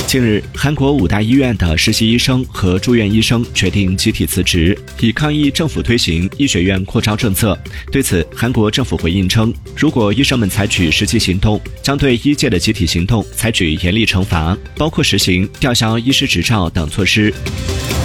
近日，韩国5大医院的实习医生和住院医生决定集体辞职，以抗议政府推行医学院扩招政策。对此，韩国政府回应称，如果医生们采取实际行动，将对医界的集体行动采取严厉惩罚，包括实行吊销医师执照等措施。